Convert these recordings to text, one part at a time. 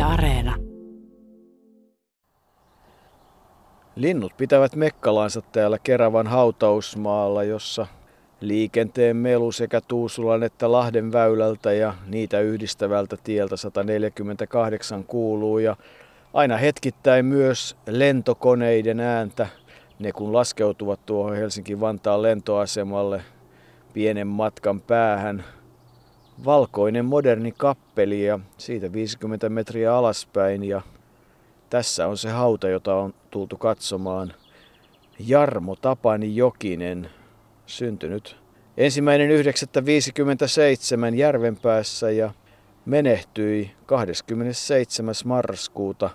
Areena. Linnut pitävät mekkalansa täällä Keravan hautausmaalla, jossa liikenteen melu sekä Tuusulan että Lahden väylältä ja niitä yhdistävältä tieltä 148 kuuluu. Ja aina hetkittäin myös lentokoneiden ääntä, ne kun laskeutuvat tuohon Helsinki-Vantaan lentoasemalle pienen matkan päähän. Valkoinen moderni kappeli ja siitä 50 metriä alaspäin ja tässä on se hauta, jota on tultu katsomaan. Jarmo Tapani Jokinen, syntynyt 1.9.57 Järvenpäässä ja menehtyi 27. marraskuuta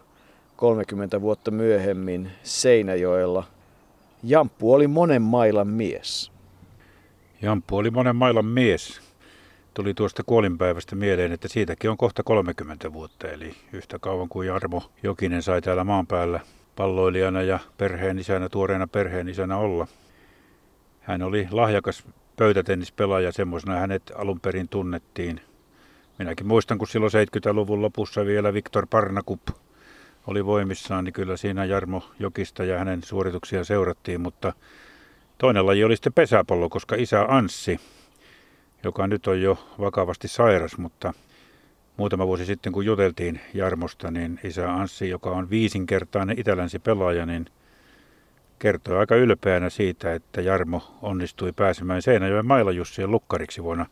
30 vuotta myöhemmin Seinäjoella. Jamppu oli monen mailan mies. Jamppu oli monen mailan mies. Tuli tuosta kuolinpäivästä mieleen, että siitäkin on kohta 30 vuotta, eli yhtä kauan kuin Jarmo Jokinen sai täällä maan päällä palloilijana ja perheenisänä, tuoreena perheenisänä olla. Hän oli lahjakas pöytätennispelaaja, semmoisena hänet alun perin tunnettiin. Minäkin muistan, kun silloin 70-luvun lopussa vielä Viktor Parnakup oli voimissaan, niin kyllä siinä Jarmo Jokista ja hänen suorituksia seurattiin, mutta toinen laji oli sitten pesäpallo, koska isä Anssi, joka nyt on jo vakavasti sairas, mutta muutama vuosi sitten kun juteltiin Jarmosta, niin isä Anssi, joka on 5-kertainen itälänsipelaaja, niin kertoi aika ylpeänä siitä, että Jarmo onnistui pääsemään Seinäjoen Maila-Jussien lukkariksi vuonna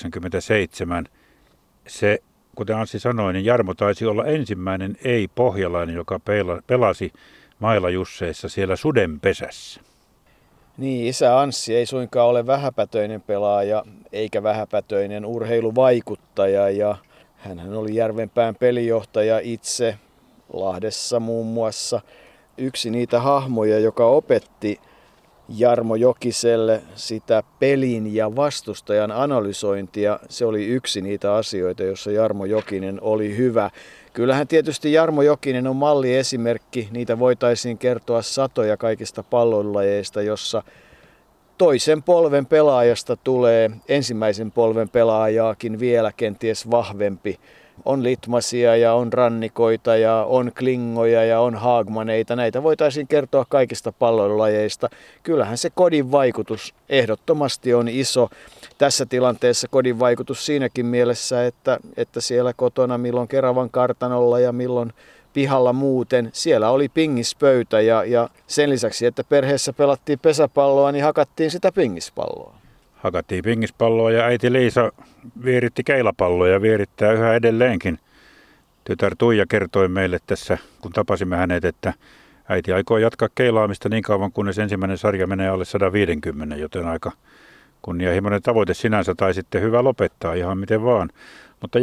1987. Se, kuten Anssi sanoi, niin Jarmo taisi olla ensimmäinen ei-pohjalainen, joka pelasi Maila-Jusseissa siellä sudenpesässä. Niin, isä Anssi ei suinkaan ole vähäpätöinen pelaaja eikä vähäpätöinen urheiluvaikuttaja ja hänhän oli Järvenpään pelijohtaja itse Lahdessa muun muassa. Yksi niitä hahmoja, joka opetti Jarmo Jokiselle sitä pelin ja vastustajan analysointia, se oli yksi niitä asioita, jossa Jarmo Jokinen oli hyvä. Kyllähän tietysti Jarmo Jokinen on malliesimerkki, niitä voitaisiin kertoa satoja kaikista palloilulajeista, jossa toisen polven pelaajasta tulee ensimmäisen polven pelaajaakin vielä kenties vahvempi. On Litmasia ja on Rannikoita ja on Klingoja ja on Haagmaneita. Näitä voitaisiin kertoa kaikista palloilulajeista. Kyllähän se kodin vaikutus ehdottomasti on iso. Tässä tilanteessa kodin vaikutus siinäkin mielessä, että siellä kotona milloin Keravan kartanolla ja milloin pihalla muuten, siellä oli pingispöytä ja sen lisäksi, että perheessä pelattiin pesäpalloa, niin hakattiin sitä pingispalloa. Hakattiin pingispalloa ja äiti Liisa vieritti keilapalloa ja vierittää yhä edelleenkin. Tytär Tuija kertoi meille tässä, kun tapasimme hänet, että äiti aikoo jatkaa keilaamista niin kauan, kunnes ensimmäinen sarja menee alle 150, joten aika kunnianhimoinen tavoite sinänsä tai sitten hyvä lopettaa ihan miten vaan. Mutta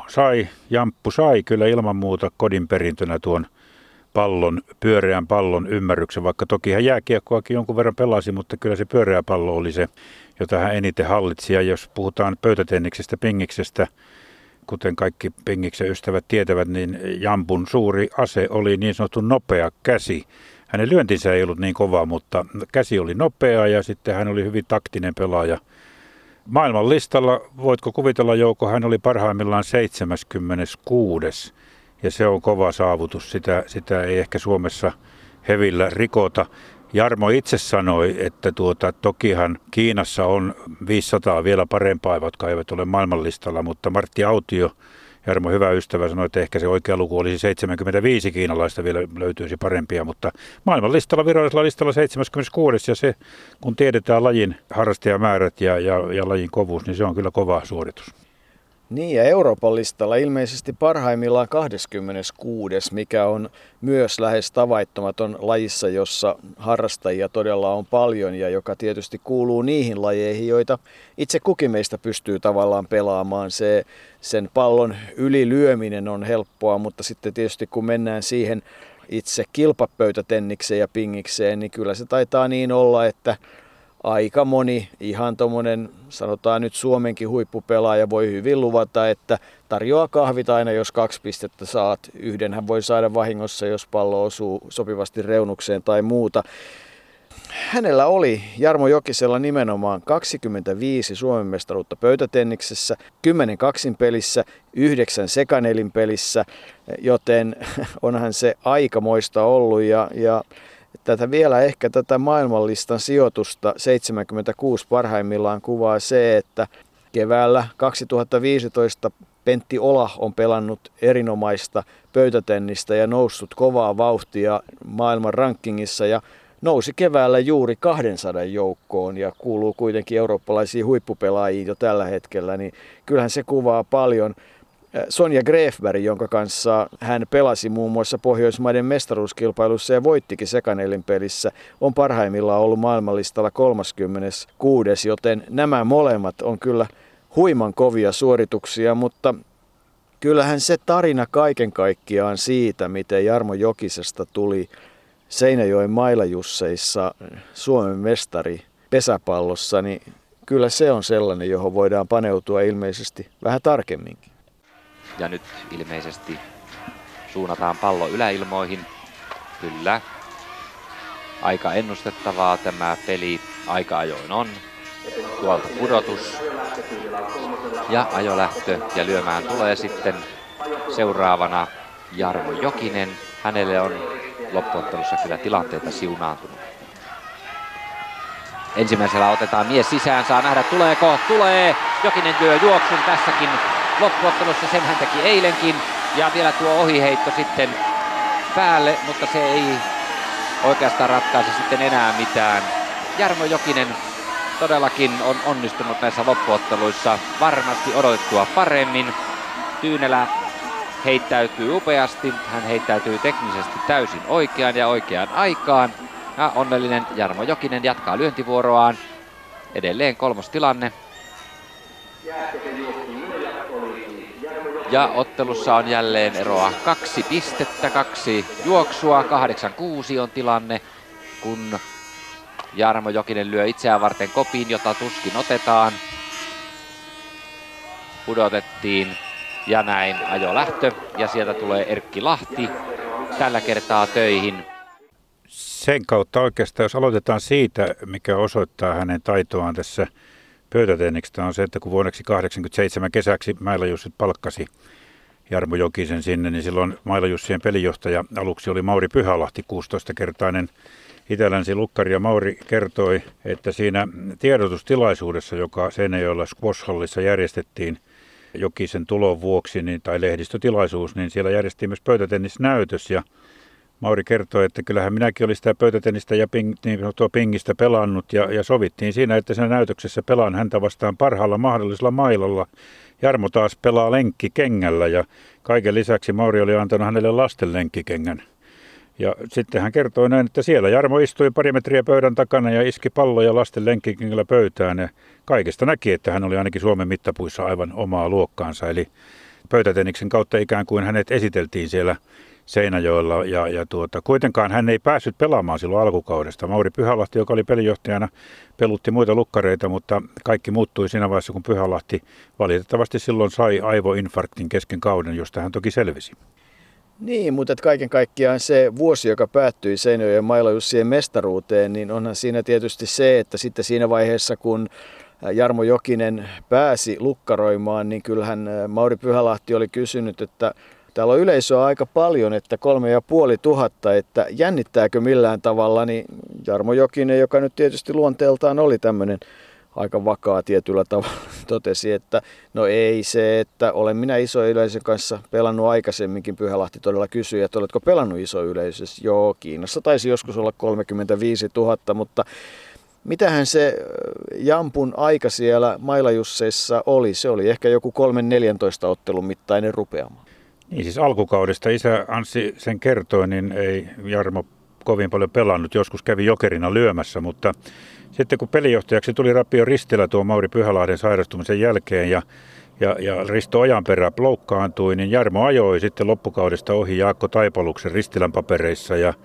Jamppu sai kyllä ilman muuta kodin perintönä tuon pyöreän pallon ymmärryksen, vaikka toki hän jääkiekkoakin jonkun verran pelasi, mutta kyllä se pyöreä pallo oli se, jota hän eniten hallitsi. Ja jos puhutaan pöytätenniksestä, pingiksestä, kuten kaikki pingiksen ystävät tietävät, niin Jampun suuri ase oli niin sanottu nopea käsi. Hänen lyöntinsä ei ollut niin kova, mutta käsi oli nopea ja sitten hän oli hyvin taktinen pelaaja. Maailman listalla, voitko kuvitella Jouko, hän oli parhaimmillaan 76. Ja se on kova saavutus, sitä ei ehkä Suomessa hevillä rikota. Jarmo itse sanoi, että tokihan Kiinassa on 500 vielä parempaa, jotka eivät ole maailmanlistalla, mutta Martti Autio, Jarmo hyvä ystävä, sanoi, että ehkä se oikea luku olisi 75 kiinalaista, vielä löytyisi parempia, mutta maailmanlistalla, virallisella listalla 76. Ja se, kun tiedetään lajin harrastajamäärät ja lajin kovuus, niin se on kyllä kova suoritus. Niin ja Euroopan listalla ilmeisesti parhaimmillaan 26, mikä on myös lähes tavaittomaton lajissa, jossa harrastajia todella on paljon ja joka tietysti kuuluu niihin lajeihin, joita itse kukin meistä pystyy tavallaan pelaamaan. Sen pallon ylilyöminen on helppoa, mutta sitten tietysti kun mennään siihen itse kilpapöytätennikseen ja pingikseen, niin kyllä se taitaa niin olla, että aika moni ihan tommonen, sanotaan nyt Suomenkin huippupelaaja voi hyvin luvata, että tarjoaa kahvit aina, jos 2 pistettä saat. Yhden hän voi saada vahingossa, jos pallo osuu sopivasti reunukseen tai muuta. Hänellä oli Jarmo Jokisella nimenomaan 25 Suomen mestaruutta pöytätenniksessä, 10 kaksinpelissä, 9 sekanelinpelissä, joten onhan se aikamoista ollut ja tätä maailmanlistan sijoitusta 76 parhaimmillaan kuvaa se, että keväällä 2015 Pentti Ola on pelannut erinomaista pöytätennistä ja noussut kovaa vauhtia maailman rankingissa ja nousi keväällä juuri 200 joukkoon ja kuuluu kuitenkin eurooppalaisiin huippupelaajiin jo tällä hetkellä, niin kyllähän se kuvaa paljon. Sonja Grefberg, jonka kanssa hän pelasi muun muassa Pohjoismaiden mestaruuskilpailussa ja voittikin sekanelin pelissä, on parhaimmillaan ollut maailmanlistalla 36, joten nämä molemmat on kyllä huiman kovia suorituksia, mutta kyllähän se tarina kaiken kaikkiaan siitä, miten Jarmo Jokisesta tuli Seinäjoen Mailajusseissa Suomen mestari pesäpallossa, niin kyllä se on sellainen, johon voidaan paneutua ilmeisesti vähän tarkemminkin. Ja nyt ilmeisesti suunnataan pallo yläilmoihin. Kyllä. Aika ennustettavaa tämä peli aika ajoin on. Tuolta pudotus ja ajolähtö ja lyömään tulee sitten seuraavana Jarmo Jokinen. Hänelle on loppuottelussa kyllä tilanteita siunaantunut. Ensimmäisellä otetaan mies sisään, saa nähdä tuleeko, tulee. Jokinen lyö juoksun tässäkin loppuottelussa, sen hän teki eilenkin. Ja vielä tuo ohiheitto sitten päälle, mutta se ei oikeastaan ratkaise sitten enää mitään. Jarmo Jokinen todellakin on onnistunut näissä loppuotteluissa varmasti odotettua paremmin. Tyynelä heittäytyy upeasti, hän heittäytyy teknisesti täysin oikeaan ja oikeaan aikaan. Ja onnellinen Jarmo Jokinen jatkaa lyöntivuoroaan. Edelleen kolmostilanne. Ja ottelussa on jälleen eroa 2 pistettä, 2 juoksua, 8-6 on tilanne, kun Jarmo Jokinen lyö itseään varten kopiin, jota tuskin otetaan. Pudotettiin ja näin ajolähtö ja sieltä tulee Erkki Lahti tällä kertaa töihin. Sen kautta oikeastaan, jos aloitetaan siitä, mikä osoittaa hänen taitoaan tässä pöytätenniksestä, on se, että kun vuodeksi 1987 kesäksi Mailajussit palkkasi Jarmo Jokisen sinne, niin silloin Mailajussien pelijohtaja aluksi oli Mauri Pyhälahti, 16-kertainen itälänsi lukkari, ja Mauri kertoi, että siinä tiedotustilaisuudessa, joka Seinäjoella Squash-hallissa järjestettiin Jokisen tulon vuoksi, tai lehdistötilaisuus, niin siellä järjestettiin myös pöytätennisnäytös, ja Mauri kertoi, että kyllähän minäkin olin sitä pöytätennistä ja niin sanottua pingistä pelannut ja sovittiin siinä, että siinä näytöksessä pelaan häntä vastaan parhaalla mahdollisella mailalla. Jarmo taas pelaa lenkkikengällä ja kaiken lisäksi Mauri oli antanut hänelle lasten lenkkikengän. Ja sitten hän kertoi näin, että siellä Jarmo istui pari metriä pöydän takana ja iski palloja lasten lenkkikengällä pöytään. Ja kaikesta näki, että hän oli ainakin Suomen mittapuissa aivan omaa luokkaansa. Eli pöytätenniksen kautta ikään kuin hänet esiteltiin siellä Seinäjoella kuitenkaan hän ei päässyt pelaamaan silloin alkukaudesta. Mauri Pyhälahti, joka oli pelijohtajana, pelutti muita lukkareita, mutta kaikki muuttui siinä vaiheessa, kun Pyhälahti valitettavasti silloin sai aivoinfarktin kesken kauden, josta hän toki selvisi. Niin, mutta kaiken kaikkiaan se vuosi, joka päättyi Seinäjoen Mailajussien mestaruuteen, niin onhan siinä tietysti se, että sitten siinä vaiheessa, kun Jarmo Jokinen pääsi lukkaroimaan, niin kyllähän Mauri Pyhälahti oli kysynyt, että täällä on yleisöä aika paljon, että 3500, että jännittääkö millään tavalla, niin Jarmo Jokinen, joka nyt tietysti luonteeltaan oli tämmöinen aika vakaa tietyllä tavalla, totesi, että no ei se, että olen minä iso yleisön kanssa pelannut aikaisemminkin. Pyhälahti todella kysyi, että oletko pelannut iso yleisössä? Joo, Kiinassa taisi joskus olla 35 000, mutta mitähän se Jampun aika siellä Mailajusseissa oli? Se oli ehkä joku 3-14 ottelun mittainen rupeama. Niin siis alkukaudesta isä Anssi sen kertoi, niin ei Jarmo kovin paljon pelannut. Joskus kävi jokerina lyömässä, mutta sitten kun pelijohtajaksi tuli Rapio Ristilä tuon Mauri Pyhälahden sairastumisen jälkeen ja Risto Ojanperä loukkaantui, niin Jarmo ajoi sitten loppukaudesta ohi Jaakko Taipaluksen Ristilän papereissa ja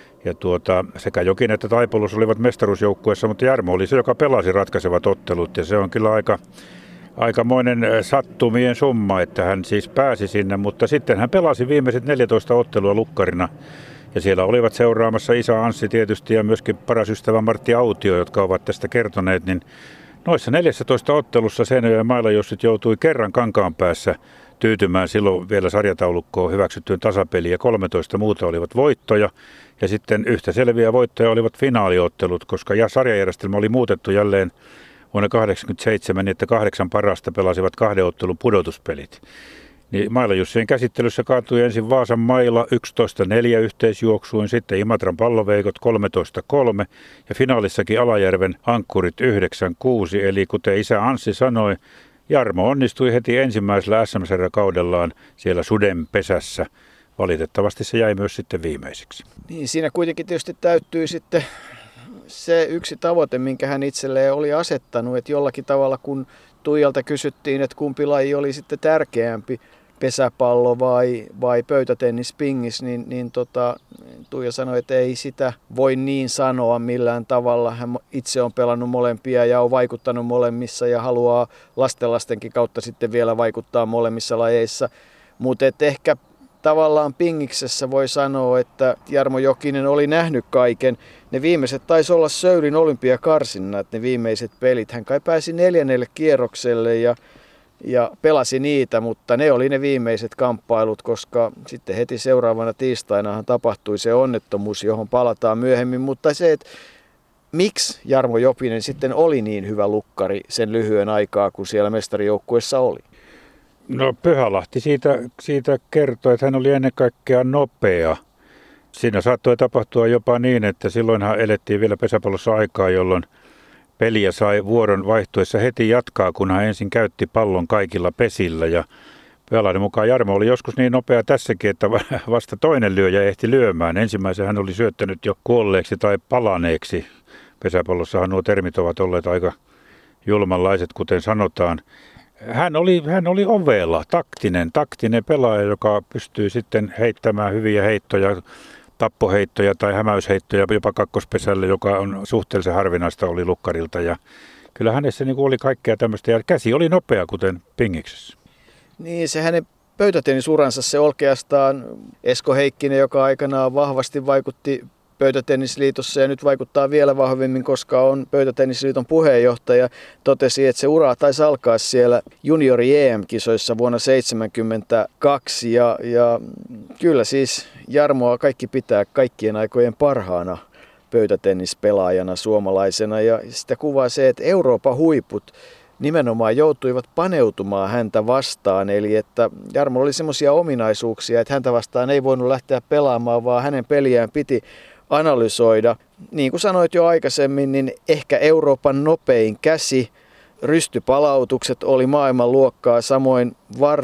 sekä Jokinen että Taipalus olivat mestaruusjoukkueessa, mutta Jarmo oli se, joka pelasi ratkaisevat ottelut ja se on kyllä aikamoinen sattumien summa, että hän siis pääsi sinne, mutta sitten hän pelasi viimeiset 14 ottelua lukkarina Ja siellä olivat seuraamassa isä Anssi tietysti ja myöskin paras ystävä Martti Autio, jotka ovat tästä kertoneet, niin noissa 14 ottelussa Seinäjoen ja Mailajussit joutui kerran Kankaanpäässä tyytymään silloin vielä sarjataulukkoon hyväksyttyyn tasapeliin ja 13 muuta olivat voittoja. Ja sitten yhtä selviä voittoja olivat finaaliottelut, koska sarjajärjestelmä oli muutettu jälleen vuonna 1987 niin, että 8 parasta pelasivat 2 ottelun pudotuspelit. Niin Mailajussien käsittelyssä kaatui ensin Vaasan Maila 11-4 yhteisjuoksuun, sitten Imatran Palloveikot 13-3 ja finaalissakin Alajärven Ankkurit 9-6. Eli kuten isä Anssi sanoi, Jarmo onnistui heti ensimmäisellä SM-sarjakaudellaan siellä sudenpesässä. Valitettavasti se jäi myös sitten viimeiseksi. Niin, siinä kuitenkin tietysti täyttyy sitten se yksi tavoite, minkä hän itselleen oli asettanut, että jollakin tavalla kun Tuijalta kysyttiin, että kumpi laji oli sitten tärkeämpi, pesäpallo vai pöytätennis, pingis, niin Tuija sanoi, että ei sitä voi niin sanoa millään tavalla. Hän itse on pelannut molempia ja on vaikuttanut molemmissa ja haluaa lastenlastenkin kautta sitten vielä vaikuttaa molemmissa lajeissa. Mutta ehkä tavallaan pingiksessä voi sanoa, että Jarmo Jokinen oli nähnyt kaiken. Ne viimeiset taisi olla Söylin olympiakarsinnat, ne viimeiset pelit. Hän kai pääsi 4. kierrokselle ja pelasi niitä, mutta ne oli ne viimeiset kamppailut, koska sitten heti seuraavana tiistainahan tapahtui se onnettomuus, johon palataan myöhemmin. Mutta se, että miksi Jarmo Jokinen sitten oli niin hyvä lukkari sen lyhyen aikaa, kun siellä mestarijoukkueessa oli? No Pyhälahti siitä kertoi, että hän oli ennen kaikkea nopea. Siinä saattoi tapahtua jopa niin, että silloinhan elettiin vielä pesäpallossa aikaa, jolloin peliä sai vuoron vaihtuessa heti jatkaa, kun hän ensin käytti pallon kaikilla pesillä. Ja Pyhälahden mukaan Jarmo oli joskus niin nopea tässäkin, että vasta toinen lyöjä ehti lyömään. Ensimmäisen hän oli syöttänyt jo kuolleeksi tai palaneeksi. Pesäpallossahan nuo termit ovat olleet aika julmanlaiset, kuten sanotaan. Hän oli ovela, taktinen pelaaja, joka pystyy sitten heittämään hyviä heittoja, tappoheittoja tai hämäysheittoja jopa kakkospesälle, joka on suhteellisen harvinaista oli lukkarilta. Ja kyllä hänessä niin oli kaikkea tämmöistä ja käsi oli nopea, kuten pingiksessä. Niin, se hänen pöytätennisuransa se oikeastaan Esko Heikkinen, joka aikanaan vahvasti vaikutti Pöytätennisliitossa ja nyt vaikuttaa vielä vahvemmin, koska on Pöytätennisliiton puheenjohtaja, totesi, että se ura taisi alkaa siellä juniori EM-kisoissa vuonna 1972 ja kyllä siis Jarmoa kaikki pitää kaikkien aikojen parhaana pöytätennispelaajana suomalaisena ja sitä kuvaa se, että Euroopan huiput nimenomaan joutuivat paneutumaan häntä vastaan, eli että Jarmo oli semmoisia ominaisuuksia, että häntä vastaan ei voinut lähteä pelaamaan, vaan hänen peliään piti analysoida. Niin kuin sanoit jo aikaisemmin, niin ehkä Euroopan nopein käsi, rystypalautukset oli maailmanluokkaa, samoin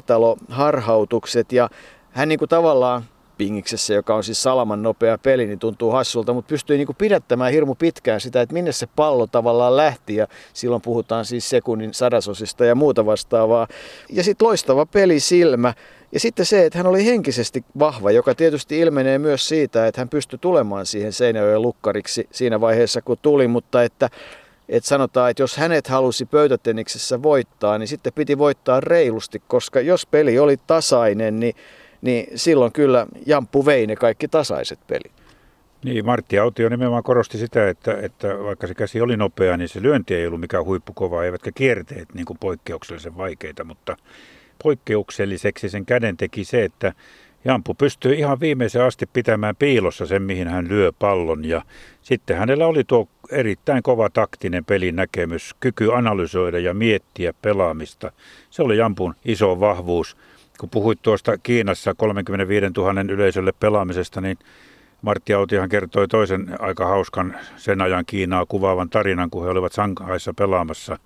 vartaloharhautukset ja hän niin kuin tavallaan pingiksessä, joka on siis salaman nopea peli, niin tuntuu hassulta, mutta pystyi niin kuin pidättämään hirmu pitkään sitä, että minne se pallo tavallaan lähti ja silloin puhutaan siis sekunnin sadasosista ja muuta vastaavaa. Ja sitten loistava pelisilmä. Ja sitten se, että hän oli henkisesti vahva, joka tietysti ilmenee myös siitä, että hän pystyi tulemaan siihen Seinäjoen lukkariksi siinä vaiheessa, kun tuli, mutta että sanotaan, että jos hänet halusi pöytätenniksessä voittaa, niin sitten piti voittaa reilusti, koska jos peli oli tasainen, niin silloin kyllä Jamppu vei ne kaikki tasaiset pelit. Niin, Martti Autio nimenomaan korosti sitä, että vaikka se käsi oli nopea, niin se lyönti ei ollut mikään huippukova, eivätkä kierteet niin kuin poikkeuksellisen vaikeita, mutta poikkeukselliseksi sen käden teki se, että Jamppu pystyy ihan viimeisen asti pitämään piilossa sen, mihin hän lyö pallon. Ja sitten hänellä oli tuo erittäin kova taktinen pelinäkemys, kyky analysoida ja miettiä pelaamista. Se oli Jampun iso vahvuus. Kun puhuit tuosta Kiinassa 35 000 yleisölle pelaamisesta, niin Martti Autiohan kertoi toisen aika hauskan sen ajan Kiinaa kuvaavan tarinan, kun he olivat Shanghaissa pelaamassa.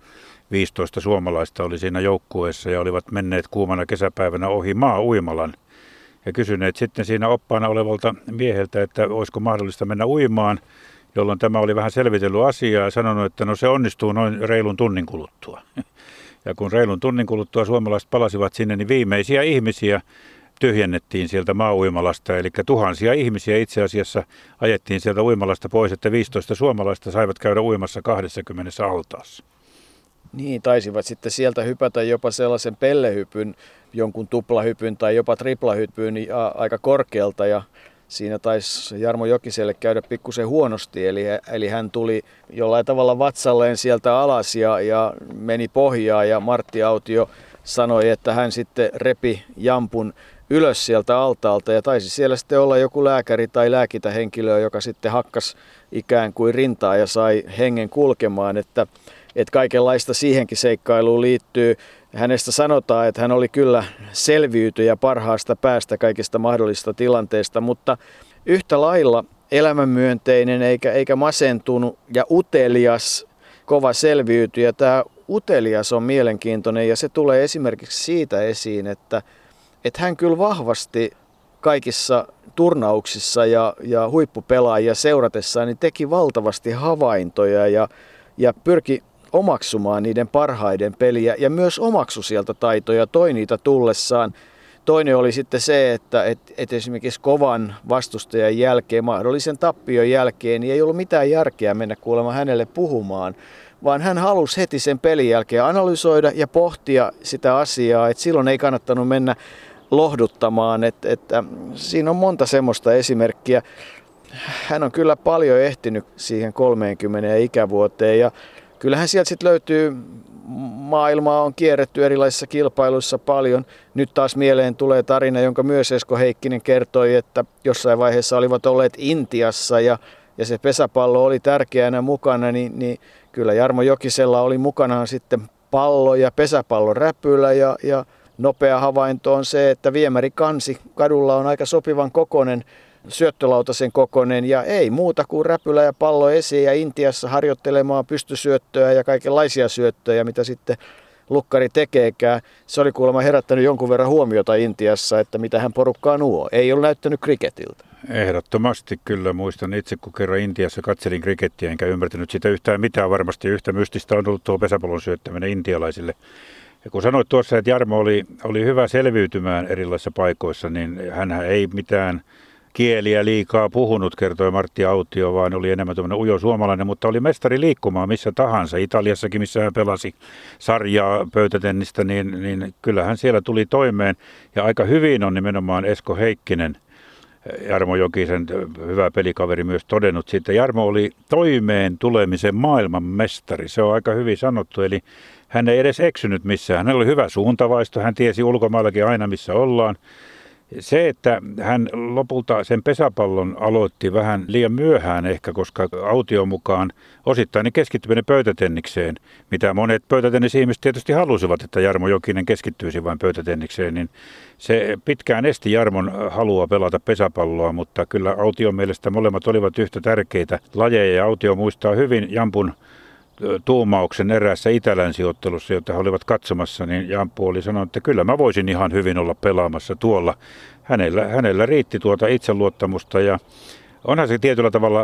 15 suomalaista oli siinä joukkueessa ja olivat menneet kuumana kesäpäivänä ohi maa-uimalan. Ja kysyneet sitten siinä oppaana olevalta mieheltä, että olisiko mahdollista mennä uimaan, jolloin tämä oli vähän selvitellyt asiaa ja sanonut, että no se onnistuu noin reilun tunnin kuluttua. Ja kun reilun tunnin kuluttua suomalaiset palasivat sinne, niin viimeisiä ihmisiä tyhjennettiin sieltä maa-uimalasta. Eli tuhansia ihmisiä itse asiassa ajettiin sieltä uimalasta pois, että 15 suomalaista saivat käydä uimassa 20 altaassa. Niin, taisivat sitten sieltä hypätä jopa sellaisen pellehypyn, jonkun tuplahypyn tai jopa triplahypyn aika korkealta ja siinä taisi Jarmo Jokiselle käydä pikkusen huonosti, eli hän tuli jollain tavalla vatsalleen sieltä alas ja meni pohjaan ja Martti Autio sanoi, että hän sitten repi Jampun ylös sieltä altaalta ja taisi siellä sitten olla joku lääkäri tai lääkintähenkilö, joka sitten hakkas ikään kuin rintaa ja sai hengen kulkemaan, että kaikenlaista siihenkin seikkailuun liittyy. Hänestä sanotaan, että hän oli kyllä selviytyjä parhaasta päästä kaikista mahdollisista tilanteista, mutta yhtä lailla elämänmyönteinen eikä masentunut ja utelias, kova selviytyjä. Tämä utelias on mielenkiintoinen ja se tulee esimerkiksi siitä esiin, että hän kyllä vahvasti kaikissa turnauksissa ja huippupelaajia seuratessaan niin teki valtavasti havaintoja ja pyrki omaksumaan niiden parhaiden peliä ja myös omaksui sieltä taitoja, toi niitä tullessaan. Toinen oli sitten se, että esimerkiksi kovan vastustajan jälkeen, mahdollisen tappion jälkeen, niin ei ollut mitään järkeä mennä kuulemaan hänelle puhumaan, vaan hän halusi heti sen pelin jälkeen analysoida ja pohtia sitä asiaa, että silloin ei kannattanut mennä lohduttamaan, että siinä on monta semmoista esimerkkiä. Hän on kyllä paljon ehtinyt siihen 30 ikävuoteen ja kyllähän sieltä sitten löytyy, maailmaa on kierretty erilaisissa kilpailuissa paljon. Nyt taas mieleen tulee tarina, jonka myös Esko Heikkinen kertoi, että jossain vaiheessa olivat olleet Intiassa ja se pesäpallo oli tärkeänä mukana, niin kyllä Jarmo Jokisella oli mukanaan sitten pallo ja pesäpallon räpylä ja nopea havainto on se, että viemärikansi kadulla on aika sopivan kokoinen, syöttölautasen kokoinen ja ei muuta kuin räpylä ja pallo esiin ja Intiassa harjoittelemaan pystysyöttöä ja kaikenlaisia syöttöjä, mitä sitten lukkari tekeekään. Se oli kuulemma herättänyt jonkun verran huomiota Intiassa, että mitä hän porukkaa nuo. Ei ole näyttänyt kriketiltä. Ehdottomasti kyllä. Muistan itse, kun kerran Intiassa katselin krikettiä, enkä ymmärtänyt sitä yhtään mitään. Varmasti yhtä mystistä on ollut tuo pesäpallon syöttäminen intialaisille. Ja kun sanoit tuossa, että Jarmo oli hyvä selviytymään erilaisissa paikoissa, niin hänhän ei mitään kieliä liikaa puhunut, kertoi Martti Autio, vaan oli enemmän tämmöinen ujo suomalainen, mutta oli mestari liikkumaan missä tahansa. Italiassakin, missä hän pelasi sarjaa pöytätennistä, niin kyllähän siellä tuli toimeen. Ja aika hyvin on nimenomaan Esko Heikkinen, Jarmo Jokisen hyvä pelikaveri, myös todennut siitä. Jarmo oli toimeen tulemisen maailmanmestari, se on aika hyvin sanottu, eli hän ei edes eksynyt missään. Hänellä oli hyvä suuntavaisto, hän tiesi ulkomaillakin aina missä ollaan. Se, että hän lopulta sen pesäpallon aloitti vähän liian myöhään ehkä, koska Aution mukaan osittainen keskittyminen pöytätennikseen, mitä monet pöytätennisihmiset tietysti halusivat, että Jarmo Jokinen keskittyisi vain pöytätennikseen, niin se pitkään esti Jarmon halua pelata pesäpalloa, mutta kyllä Aution mielestä molemmat olivat yhtä tärkeitä lajeja ja Autio muistaa hyvin Jampun tuumauksen eräässä Itä-Länsi-ottelussa, jota he olivat katsomassa, niin Jampu oli sanonut, että kyllä mä voisin ihan hyvin olla pelaamassa tuolla. Hänellä riitti tuota itseluottamusta ja onhan se tietyllä tavalla,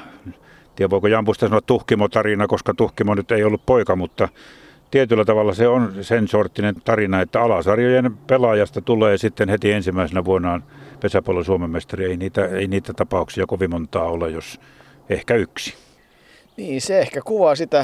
tiedä voiko Jampusta sanoa tuhkimotarina, koska tuhkimo nyt ei ollut poika, mutta tietyllä tavalla se on sen sorttinen tarina, että alasarjojen pelaajasta tulee sitten heti ensimmäisenä vuonnaan pesäpallon Suomen mestari. Ei niitä tapauksia kovin montaa ole, jos ehkä yksi. Niin, se ehkä kuvaa sitä,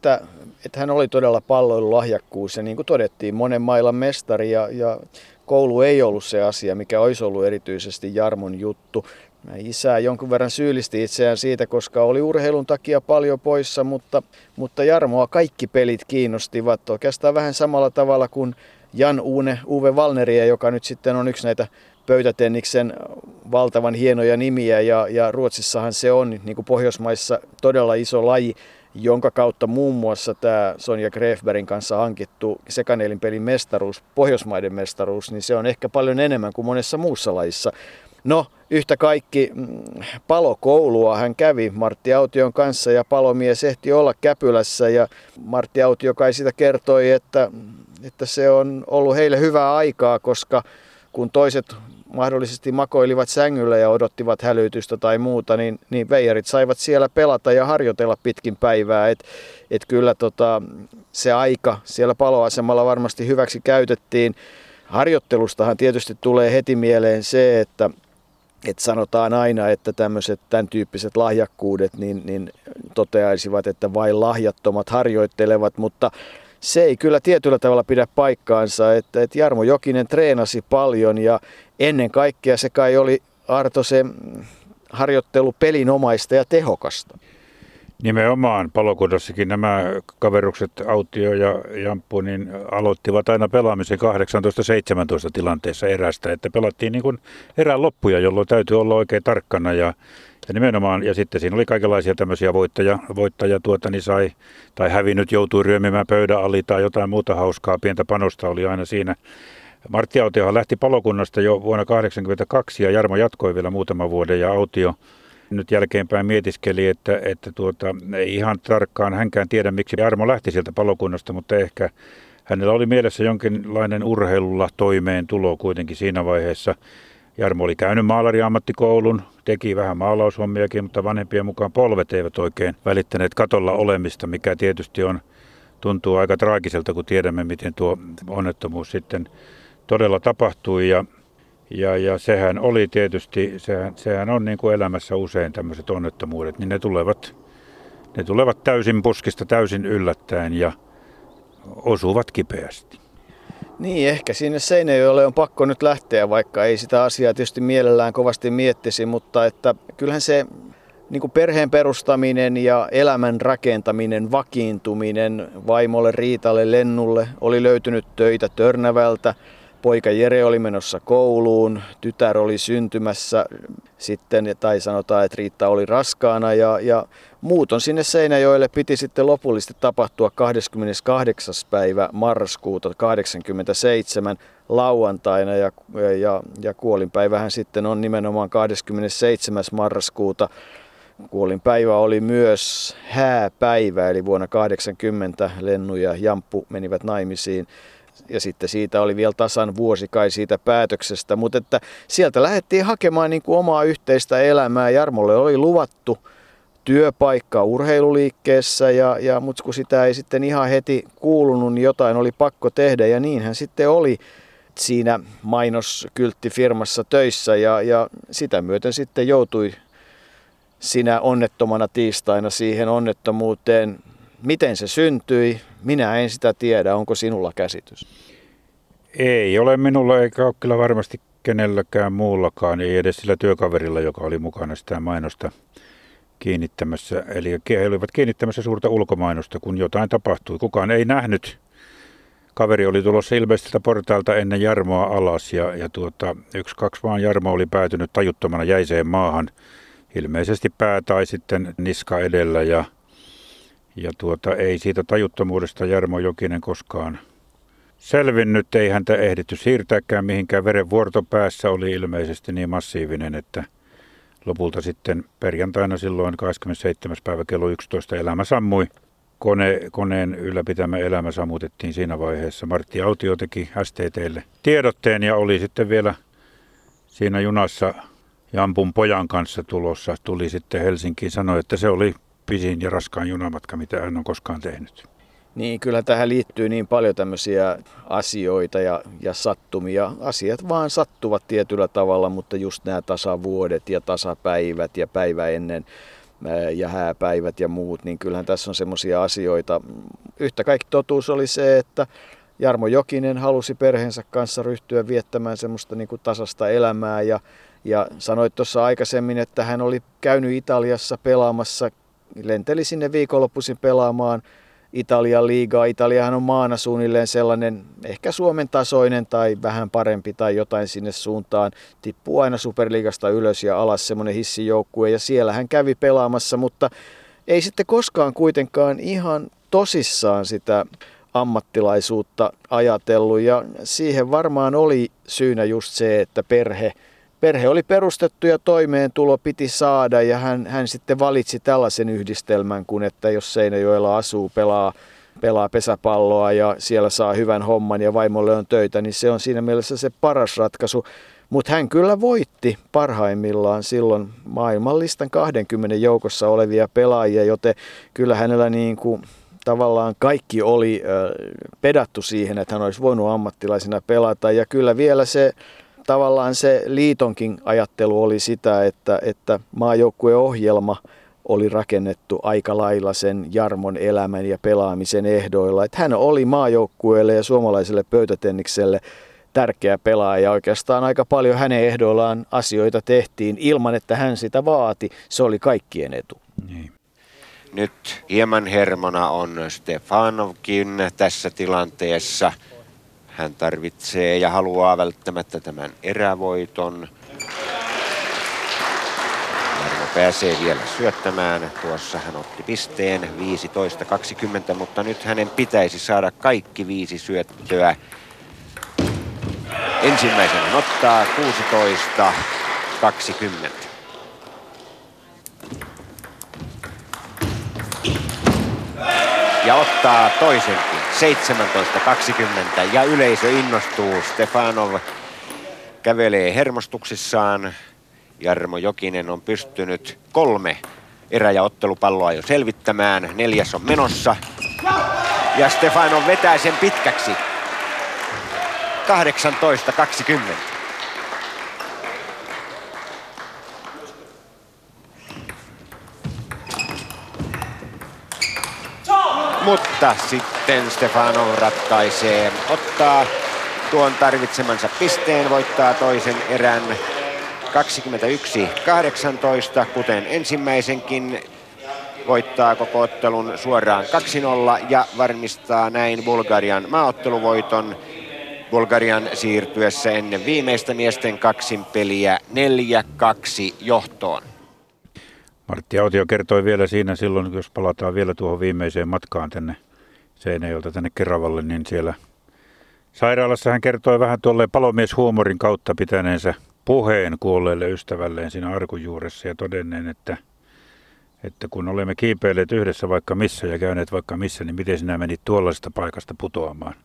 että hän oli todella palloilulahjakkuus ja niin kuin todettiin, monen mailan mestari ja koulu ei ollut se asia, mikä olisi ollut erityisesti Jarmon juttu. Isä jonkun verran syyllisti itseään siitä, koska oli urheilun takia paljon poissa, mutta Jarmoa kaikki pelit kiinnostivat oikeastaan vähän samalla tavalla kuin Jan Uwe Wallneria, joka nyt sitten on yksi näitä pöytätenniksen valtavan hienoja nimiä ja Ruotsissahan se on niin kuin Pohjoismaissa todella iso laji, jonka kautta muun muassa tämä Sonja Grefbergin kanssa hankittu sekanelinpelin mestaruus, Pohjoismaiden mestaruus, niin se on ehkä paljon enemmän kuin monessa muussa lajissa. No, yhtä kaikki palokoulua hän kävi Martti Aution kanssa ja palomies ehti olla Käpylässä ja Martti Autio kai sitä kertoi, että se on ollut heille hyvää aikaa, koska kun toiset mahdollisesti makoilivat sängyllä ja odottivat hälytystä tai muuta, niin veijarit saivat siellä pelata ja harjoitella pitkin päivää. Et kyllä se aika siellä paloasemalla varmasti hyväksi käytettiin. Harjoittelustahan tietysti tulee heti mieleen se, että sanotaan aina, että tämän tyyppiset lahjakkuudet niin toteaisivat, että vain lahjattomat harjoittelevat, mutta se ei kyllä tietyllä tavalla pidä paikkaansa, että Jarmo Jokinen treenasi paljon ja ennen kaikkea se kai oli Arto, se harjoittelu pelinomaista ja tehokasta? Nimenomaan Palokunnassakin nämä kaverukset Autio ja Jamppu niin aloittivat aina pelaamisen 18-17 tilanteessa erästä, että pelattiin niin kuin erään loppuja, jolloin täytyy olla oikein tarkkana ja nimenomaan, ja sitten siinä oli kaikenlaisia tämmöisiä voittaja niin sai, tai hävinnyt joutui ryömimään pöydän ali tai jotain muuta hauskaa, pientä panosta oli aina siinä. Martti Autiohan lähti Palokunnasta jo vuonna 1982 ja Jarmo jatkoi vielä muutaman vuoden ja Autio nyt jälkeenpäin mietiskeli, että ei ihan tarkkaan hänkään tiedä, miksi Jarmo lähti sieltä Palokunnasta, mutta ehkä hänellä oli mielessä jonkinlainen urheilulla toimeentulo kuitenkin siinä vaiheessa. Jarmo oli käynyt maalariammattikoulun, teki vähän maalaushommiakin, mutta vanhempien mukaan polvet eivät oikein välittäneet katolla olemista, mikä tietysti tuntuu aika traagiselta, kun tiedämme, miten tuo onnettomuus sitten todella tapahtui. Ja sehän oli tietysti, sehän on niin kuin elämässä usein tämmöiset onnettomuudet, niin ne tulevat täysin puskista, täysin yllättäen ja osuvat kipeästi. Niin, ehkä sinne Seinäjoelle on pakko nyt lähteä, vaikka ei sitä asiaa tietysti mielellään kovasti miettisi, mutta että kyllähän se niin kuin perheen perustaminen ja elämän rakentaminen, vakiintuminen, vaimolle Riitalle, Lennulle oli löytynyt töitä Törnävältä. Poika Jere oli menossa kouluun, tytär oli syntymässä sitten, tai sanotaan, että Riitta oli raskaana ja muuton sinne Seinäjoelle piti sitten lopullisesti tapahtua 28. päivä marraskuuta 1987 lauantaina ja kuolinpäivähän sitten on nimenomaan 27. marraskuuta. Kuolinpäivä oli myös hääpäivä, eli vuonna 1980 Lennu ja Jamppu menivät naimisiin. Ja sitten siitä oli vielä tasan vuosi kai siitä päätöksestä, mutta että sieltä lähdettiin hakemaan niin kuin omaa yhteistä elämää. Jarmolle oli luvattu työpaikka urheiluliikkeessä, mutta kun sitä ei sitten ihan heti kuulunut, niin jotain oli pakko tehdä ja niinhän sitten oli siinä mainoskylttifirmassa töissä ja sitä myöten sitten joutui sinä onnettomana tiistaina siihen onnettomuuteen. Miten se syntyi? Minä en sitä tiedä. Onko sinulla käsitys? Ei ole minulla eikä ole kyllä varmasti kenelläkään muullakaan, ei edes sillä työkaverilla, joka oli mukana sitä mainosta kiinnittämässä. Eli he olivat kiinnittämässä suurta ulkomainosta, kun jotain tapahtui. Kukaan ei nähnyt. Kaveri oli tulossa ilmeisesti portailta ennen Jarmoa alas ja 1-2 vaan Jarmo oli päätynyt tajuttomana jäiseen maahan. Ilmeisesti pää tai sitten niska edellä ja ei siitä tajuttomuudesta Jarmo Jokinen koskaan selvinnyt. Ei häntä ehditty siirtääkään mihinkään. Verenvuorto päässä oli ilmeisesti niin massiivinen, että lopulta sitten perjantaina silloin 27. päivä kello 11 elämä sammui. Koneen ylläpitämä elämä sammutettiin siinä vaiheessa. Martti Autio teki STT:lle tiedotteen ja oli sitten vielä siinä junassa Jampun pojan kanssa tulossa. Tuli sitten Helsinkiin, sanoi, että se oli pisin ja raskaan junamatka, mitä hän on koskaan tehnyt. Niin, kyllä tähän liittyy niin paljon tämmöisiä asioita ja sattumia. Asiat vaan sattuvat tietyllä tavalla, mutta just nämä tasavuodet ja tasapäivät ja päivä ennen ja hääpäivät ja muut, niin kyllähän tässä on semmoisia asioita. Yhtä kaikki totuus oli se, että Jarmo Jokinen halusi perheensä kanssa ryhtyä viettämään semmoista niin kuin tasasta elämää ja sanoit tuossa aikaisemmin, että hän oli käynyt Italiassa pelaamassa, lenteli sinne viikonloppuisin pelaamaan Italian liigaa. Italiahan on maana suunnilleen sellainen ehkä Suomen tasoinen tai vähän parempi tai jotain sinne suuntaan. Tippuu aina Superliigasta ylös ja alas semmoinen hissijoukkue ja siellä hän kävi pelaamassa, mutta ei sitten koskaan kuitenkaan ihan tosissaan sitä ammattilaisuutta ajatellut ja siihen varmaan oli syynä just se, että perhe oli perustettu ja toimeentulo piti saada ja hän sitten valitsi tällaisen yhdistelmän kuin, että jos Seinäjoella asuu, pelaa pesäpalloa ja siellä saa hyvän homman ja vaimolle on töitä, niin se on siinä mielessä se paras ratkaisu. Mutta hän kyllä voitti parhaimmillaan silloin maailmanlistan 20 joukossa olevia pelaajia, joten kyllä hänellä niin kuin tavallaan kaikki oli pedattu siihen, että hän olisi voinut ammattilaisena pelata ja kyllä vielä tavallaan se liitonkin ajattelu oli sitä, että maajoukkueohjelma oli rakennettu aika lailla sen Jarmon elämän ja pelaamisen ehdoilla. Että hän oli maajoukkueelle ja suomalaiselle pöytätennikselle tärkeä pelaaja. Oikeastaan aika paljon hänen ehdoillaan asioita tehtiin ilman, että hän sitä vaati. Se oli kaikkien etu. Niin. Nyt hieman hermona on Stefanovkin tässä tilanteessa. Hän tarvitsee ja haluaa välttämättä tämän erävoiton. Jarmo pääsee vielä syöttämään. Tuossa hän otti pisteen 15-20, mutta nyt hänen pitäisi saada kaikki 5 syöttöä. Ensimmäisen hän ottaa 16-20. Ja ottaa toisenkin 17-20 ja yleisö innostuu. Stefanov kävelee hermostuksissaan. Jarmo Jokinen on pystynyt 3 erä- ja ottelupalloa jo selvittämään. 4. on menossa. Ja Stefanov vetää sen pitkäksi. 18-20. Mutta sitten Stefanov ratkaisee, ottaa tuon tarvitsemansa pisteen, voittaa toisen erän 21-18, kuten ensimmäisenkin, voittaa koko ottelun suoraan 2-0 ja varmistaa näin Bulgarian maaotteluvoiton. Bulgarian siirtyessä ennen viimeistä miesten kaksinpeliä 4-2 johtoon. Martti Autio kertoi vielä siinä silloin, jos palataan vielä tuohon viimeiseen matkaan tänne Seinäjoelta tänne Keravalle, niin siellä sairaalassa hän kertoi vähän tuolleen palomieshuumorin kautta pitäneensä puheen kuolleelle ystävälleen siinä arkun-juuressa ja todenneen, että kun olemme kiipeilleet yhdessä vaikka missä ja käyneet vaikka missä, niin miten sinä menit tuollaisesta paikasta putoamaan.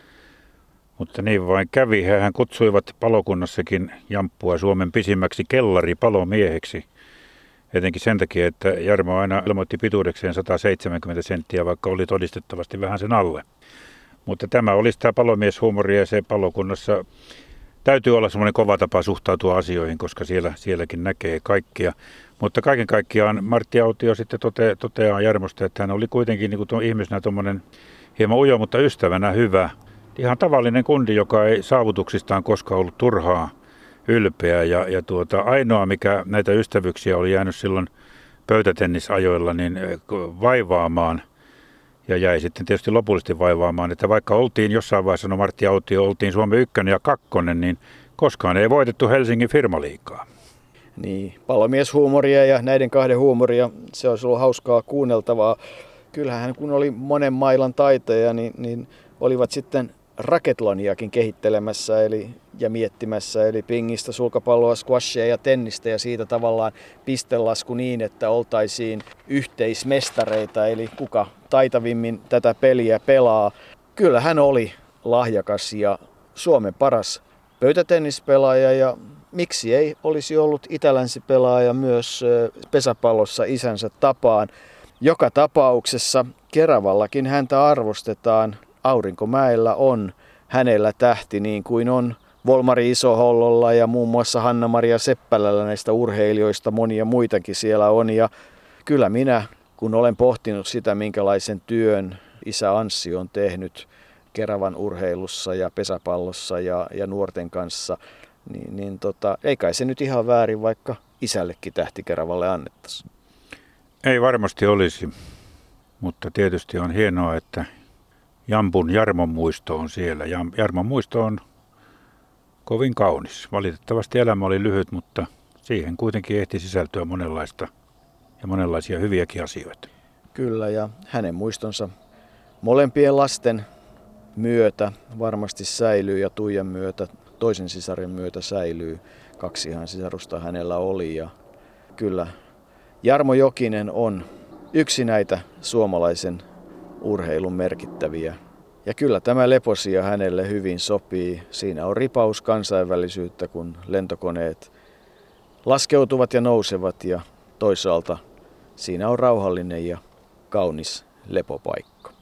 Mutta niin vain kävi. Hän kutsuivat palokunnassakin Jamppua Suomen pisimmäksi kellaripalomieheksi. Etenkin sen takia, että Jarmo aina ilmoitti pituudekseen 170 senttiä, vaikka oli todistettavasti vähän sen alle. Mutta tämä oli sitä palomieshuumoria ja se palokunnassa täytyy olla semmoinen kova tapa suhtautua asioihin, koska sielläkin näkee kaikkia. Mutta kaiken kaikkiaan Martti Autio sitten toteaa Jarmosta, että hän oli kuitenkin niin kuin ihmisenä tuommoinen hieman ujo, mutta ystävänä hyvä. Ihan tavallinen kundi, joka ei saavutuksistaan koskaan ollut turhaa ylpeä. Ja ainoa, mikä näitä ystävyyksiä oli jäänyt silloin pöytätennisajoilla, niin vaivaamaan. Ja jäi sitten tietysti lopullisesti vaivaamaan, että vaikka oltiin jossain vaiheessa, no Martti Autio, oltiin Suomen 1 ja 2, niin koskaan ei voitettu Helsingin firmaliigaa. Niin, palomieshuumoria ja näiden 2 huumoria, se olisi ollut hauskaa kuunneltavaa. Kyllähän kun oli monen mailan taiteja, niin olivat sitten raketloniakin kehittelemässä ja miettimässä, eli pingistä, sulkapalloa, squashia ja tennistä ja siitä tavallaan pistelasku niin, että oltaisiin yhteismestareita, eli kuka taitavimmin tätä peliä pelaa. Kyllä hän oli lahjakas ja Suomen paras pöytätennispelaaja ja miksi ei olisi ollut itälänsipelaaja myös pesäpallossa isänsä tapaan. Joka tapauksessa Keravallakin häntä arvostetaan. Aurinkomäellä on hänellä tähti niin kuin on Volmari Isohollolla ja muun muassa Hanna-Maria Seppälällä näistä urheilijoista monia muitakin siellä on. Ja kyllä minä, kun olen pohtinut sitä, minkälaisen työn isä Anssi on tehnyt Keravan urheilussa ja pesäpallossa ja nuorten kanssa, niin ei kai se nyt ihan väärin, vaikka isällekin tähti Keravalle annettaisiin. Ei varmasti olisi, mutta tietysti on hienoa, että Jarmon muisto on siellä. Jarmon muisto on kovin kaunis. Valitettavasti elämä oli lyhyt, mutta siihen kuitenkin ehti sisältyä monenlaisia hyviäkin asioita. Kyllä, ja hänen muistonsa molempien lasten myötä varmasti säilyy ja Tuijan myötä, toisen sisaren myötä säilyy. 2 sisarusta hänellä oli ja kyllä Jarmo Jokinen on yksi näitä suomalaisen urheilun merkittäviä. Ja kyllä tämä Leposia hänelle hyvin sopii. Siinä on ripaus kansainvälisyyttä, kun lentokoneet laskeutuvat ja nousevat ja toisaalta siinä on rauhallinen ja kaunis lepopaikka.